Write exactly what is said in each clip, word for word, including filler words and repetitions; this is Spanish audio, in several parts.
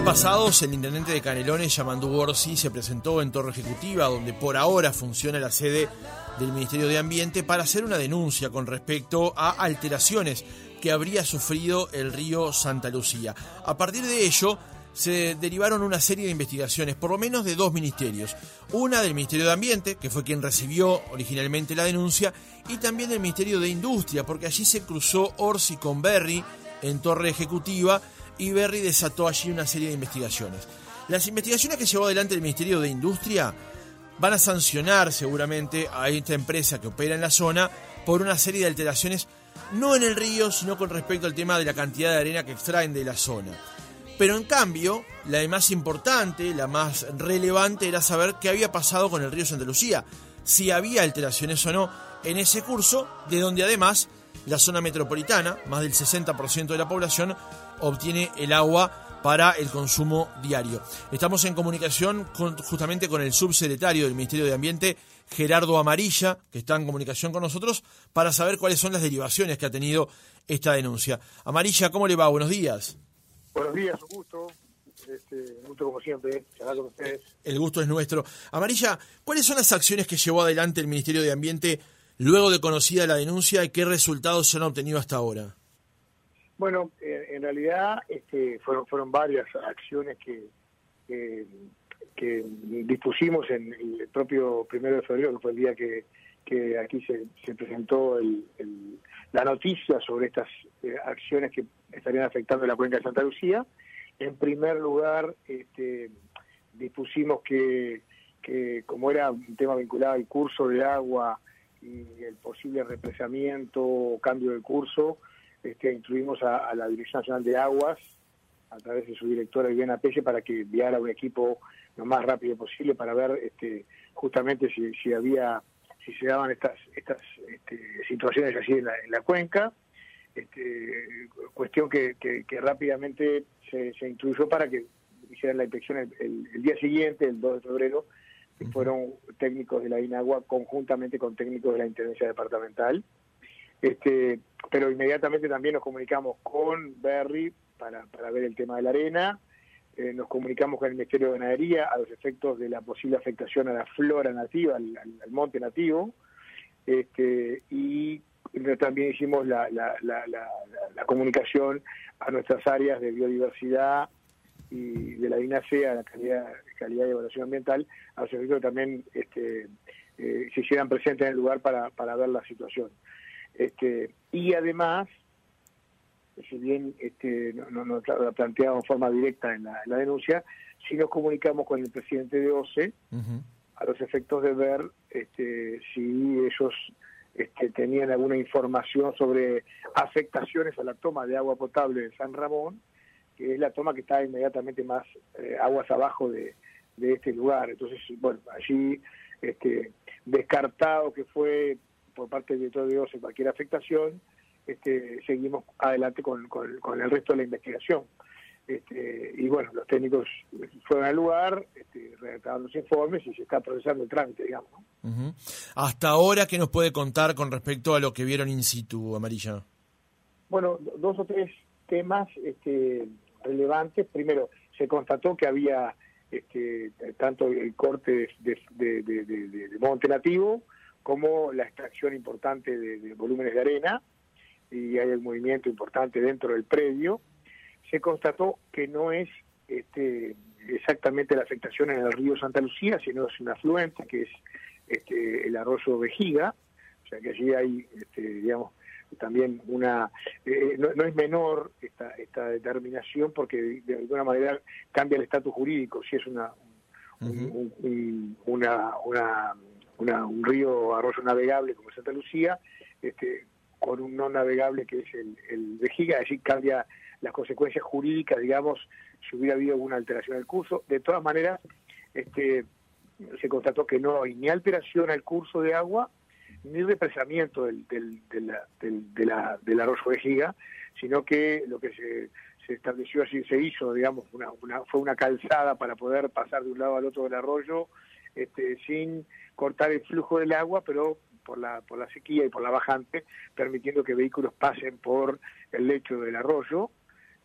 pasados, el intendente de Canelones, Yamandú Gorsi, se presentó en Torre Ejecutiva, donde por ahora funciona la sede del Ministerio de Ambiente, para hacer una denuncia con respecto a alteraciones que habría sufrido el río Santa Lucía. A partir de ello, se derivaron una serie de investigaciones, por lo menos de dos ministerios. Una del Ministerio de Ambiente, que fue quien recibió originalmente la denuncia, y también del Ministerio de Industria, porque allí se cruzó Orsi con Berry en Torre Ejecutiva, y Berry desató allí una serie de investigaciones. Las investigaciones que llevó adelante el Ministerio de Industria van a sancionar seguramente a esta empresa que opera en la zona por una serie de alteraciones, no en el río, sino con respecto al tema de la cantidad de arena que extraen de la zona. Pero en cambio, la más importante, la más relevante, era saber qué había pasado con el río Santa Lucía, si había alteraciones o no en ese curso, de donde además la zona metropolitana, más del sesenta por ciento de la población, obtiene el agua para el consumo diario. Estamos en comunicación con, justamente con el subsecretario del Ministerio de Ambiente, Gerardo Amarilla, que está en comunicación con nosotros, para saber cuáles son las derivaciones que ha tenido esta denuncia. Amarilla, ¿cómo le va? Buenos días. Buenos días, un gusto. Este, un gusto como siempre, charlar con ustedes. El gusto es nuestro. Amarilla, ¿cuáles son las acciones que llevó adelante el Ministerio de Ambiente luego de conocida la denuncia y qué resultados se han obtenido hasta ahora? Bueno, eh, en realidad este, fueron, fueron varias acciones que, que, que dispusimos en el propio primero de febrero, que fue el día que, que aquí se, se presentó el, el, la noticia sobre estas eh, acciones que estarían afectando la cuenca de Santa Lucía. En primer lugar, este, dispusimos que, que como era un tema vinculado al curso de agua y el posible represamiento o cambio de curso, este, instruimos a, a la Dirección Nacional de Aguas, a través de su directora Viviana Pelle, para que enviara un equipo lo más rápido posible para ver este, justamente si, si había, si se daban estas estas este, situaciones así en la, en la cuenca. Este, cuestión que, que, que rápidamente se, se instruyó para que hicieran la inspección el, el, el día siguiente, el dos de febrero, que fueron técnicos de la INAGUA conjuntamente con técnicos de la Intendencia Departamental. Este, pero inmediatamente también nos comunicamos con Berry para, para ver el tema de la arena, eh, nos comunicamos con el Ministerio de Ganadería a los efectos de la posible afectación a la flora nativa, al, al, al monte nativo, este, y también hicimos la, la, la, la, la comunicación a nuestras áreas de biodiversidad y de la INASE, a la calidad, calidad de evaluación ambiental, a los efectos que también este, eh, se hicieran presentes en el lugar para, para ver la situación. Este, y además, si bien este, no, no, no lo planteamos en forma directa en la, en la denuncia, sí nos comunicamos con el presidente de O C E, uh-huh, a los efectos de ver este, si ellos este, tenían alguna información sobre afectaciones a la toma de agua potable de San Ramón, que es la toma que está inmediatamente más eh, aguas abajo de, de este lugar. Entonces, bueno, allí este, descartado que fue por parte de todo Dios en cualquier afectación, este, seguimos adelante con, con, con el resto de la investigación. Este, y bueno, los técnicos fueron al lugar, este, redactaron los informes y se está procesando el trámite, digamos. Uh-huh. Hasta ahora, ¿qué nos puede contar con respecto a lo que vieron in situ, Amarilla? Bueno, dos o tres temas este, relevantes. Primero, se constató que había este, tanto el corte de, de, de, de, de, de monte nativo como la extracción importante de, de volúmenes de arena, y hay un movimiento importante dentro del predio. Se constató que no es este, exactamente la afectación en el río Santa Lucía, sino es un afluente que es este, el arroyo Vejiga, o sea que allí hay, este, digamos, también una... Eh, no, no es menor esta, esta determinación porque de, de alguna manera cambia el estatus jurídico, si es una, un, uh-huh, un, un, una, una, una, un río arroyo navegable como Santa Lucía, este, con un no navegable que es el, el Vejiga, allí cambia las consecuencias jurídicas, digamos, si hubiera habido alguna alteración del curso. De todas maneras, este, se constató que no hay ni alteración al curso de agua, ni represamiento del, del, de la, del, de la, del arroyo Vejiga, sino que lo que se, se estableció así, se hizo, digamos, una, una, fue una calzada para poder pasar de un lado al otro del arroyo, este, sin cortar el flujo del agua, pero por la por la sequía y por la bajante, permitiendo que vehículos pasen por el lecho del arroyo,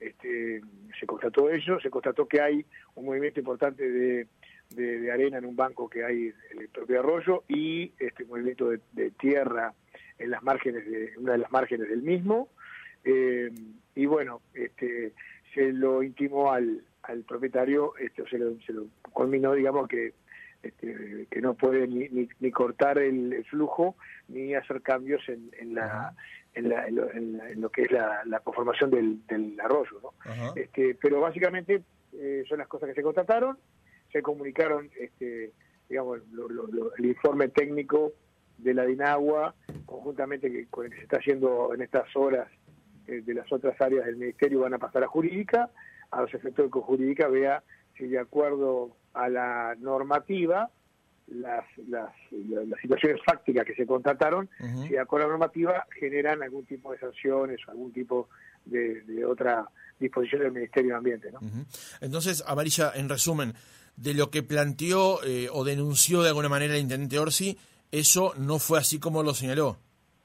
este, se constató eso, se constató que hay un movimiento importante de, de, de arena en un banco que hay en el propio arroyo y este movimiento de, de tierra en las márgenes de una de las márgenes del mismo, eh, y bueno, este, se lo intimó al, al propietario, este, se lo, se lo conminó, digamos, que Este, que no puede ni, ni, ni cortar el, el flujo ni hacer cambios en, en, la, en, la, en, lo, en, la, en lo que es la, la conformación del, del arroyo, ¿no? Este, pero básicamente eh, son las cosas que se contrataron, se comunicaron, este, digamos, lo, lo, lo, el informe técnico de la DINAGUA, conjuntamente que, con el que se está haciendo en estas horas eh, de las otras áreas del Ministerio, van a pasar a Jurídica, a los efectos de que Jurídica vea si de acuerdo a la normativa, las, las, las situaciones fácticas que se contrataron, uh-huh. si de acuerdo a la normativa generan algún tipo de sanciones o algún tipo de, de otra disposición del Ministerio de Ambiente, ¿no? Uh-huh. Entonces, Amarilla, en resumen, de lo que planteó eh, o denunció de alguna manera el intendente Orsi, eso no fue así como lo señaló.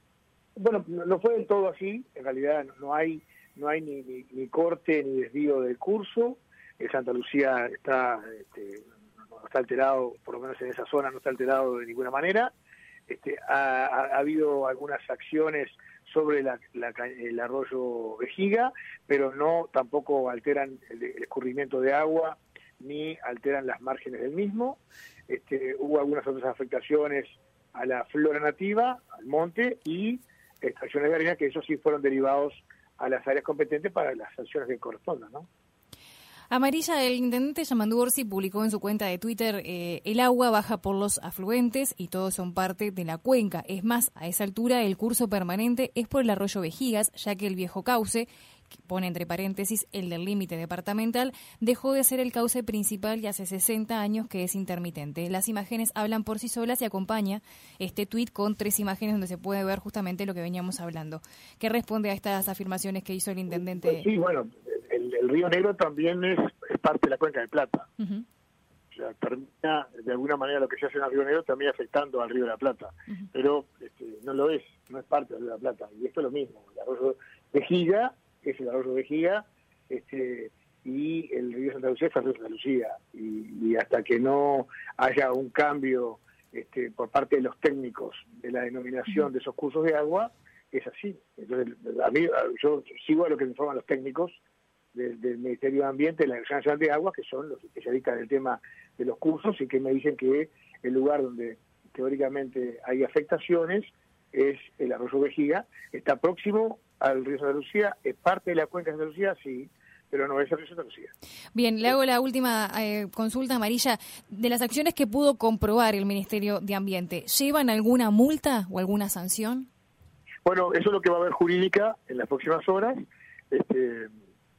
Bueno, no, no fue del todo así, en realidad no, no hay no hay ni, ni, ni corte ni desvío del curso. Santa Lucía está, este, no está alterado, por lo menos en esa zona no está alterado de ninguna manera. Este, ha, ha, ha habido algunas acciones sobre la, la, el arroyo Vejiga, pero no tampoco alteran el, el escurrimiento de agua ni alteran las márgenes del mismo. Este, hubo algunas otras afectaciones a la flora nativa, al monte, y extracciones de arena, que esos sí fueron derivados a las áreas competentes para las sanciones que correspondan, ¿no? Amarilla, el intendente Yamandú Orsi publicó en su cuenta de Twitter, eh, el agua baja por los afluentes y todos son parte de la cuenca. Es más, a esa altura el curso permanente es por el arroyo Vejigas, ya que el viejo cauce, que pone entre paréntesis el del límite departamental, dejó de ser el cauce principal y hace sesenta años que es intermitente. Las imágenes hablan por sí solas y acompaña este tuit con tres imágenes donde se puede ver justamente lo que veníamos hablando. ¿Qué responde a estas afirmaciones que hizo el intendente? Pues sí, bueno, el, el Río Negro también es, es parte de la cuenca del Plata. Uh-huh. O sea, termina de alguna manera lo que se hace en el Río Negro también afectando al Río de la Plata. Uh-huh. Pero este, no lo es, no es parte del Río de la Plata. Y esto es lo mismo, el arroyo Vejiga es el arroyo Vejiga, este, y el río Santa Lucía es el río Santa Lucía, y, y hasta que no haya un cambio este, por parte de los técnicos de la denominación de esos cursos de agua, es así. Entonces, a mí, yo sigo a lo que me informan los técnicos del, del Ministerio de Ambiente, de la Dirección Nacional de Agua, que son los especialistas del tema de los cursos, y que me dicen que el lugar donde teóricamente hay afectaciones es el arroyo Vejiga, está próximo al río Santa Lucía, es parte de la cuenca de Santa Lucía, sí, pero no es el río Santa Lucía. Bien, le hago la última eh, consulta, Amarilla. De las acciones que pudo comprobar el Ministerio de Ambiente, ¿llevan alguna multa o alguna sanción? Bueno, eso es lo que va a haber Jurídica en las próximas horas. Este,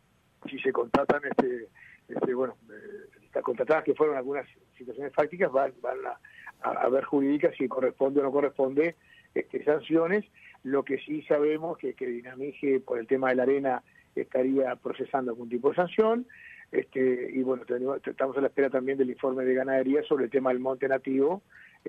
si se contratan, este, este, bueno, eh, las contratadas que fueron algunas situaciones fácticas, van, van a, a, a ver Jurídica si corresponde o no corresponde este, sanciones. Lo que sí sabemos que, que Dinamige, por el tema de la arena, estaría procesando algún tipo de sanción, este, y bueno, tenemos, estamos a la espera también del informe de ganadería sobre el tema del monte nativo.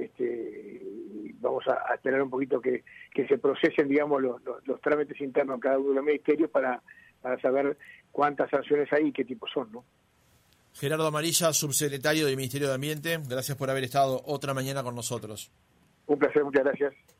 Este, y vamos a, a esperar un poquito que, que se procesen, digamos, los, los, los trámites internos en cada uno de los ministerios para, para saber cuántas sanciones hay y qué tipo son, ¿no? Gerardo Amarilla, subsecretario del Ministerio de Ambiente, gracias por haber estado otra mañana con nosotros. Un placer, muchas gracias.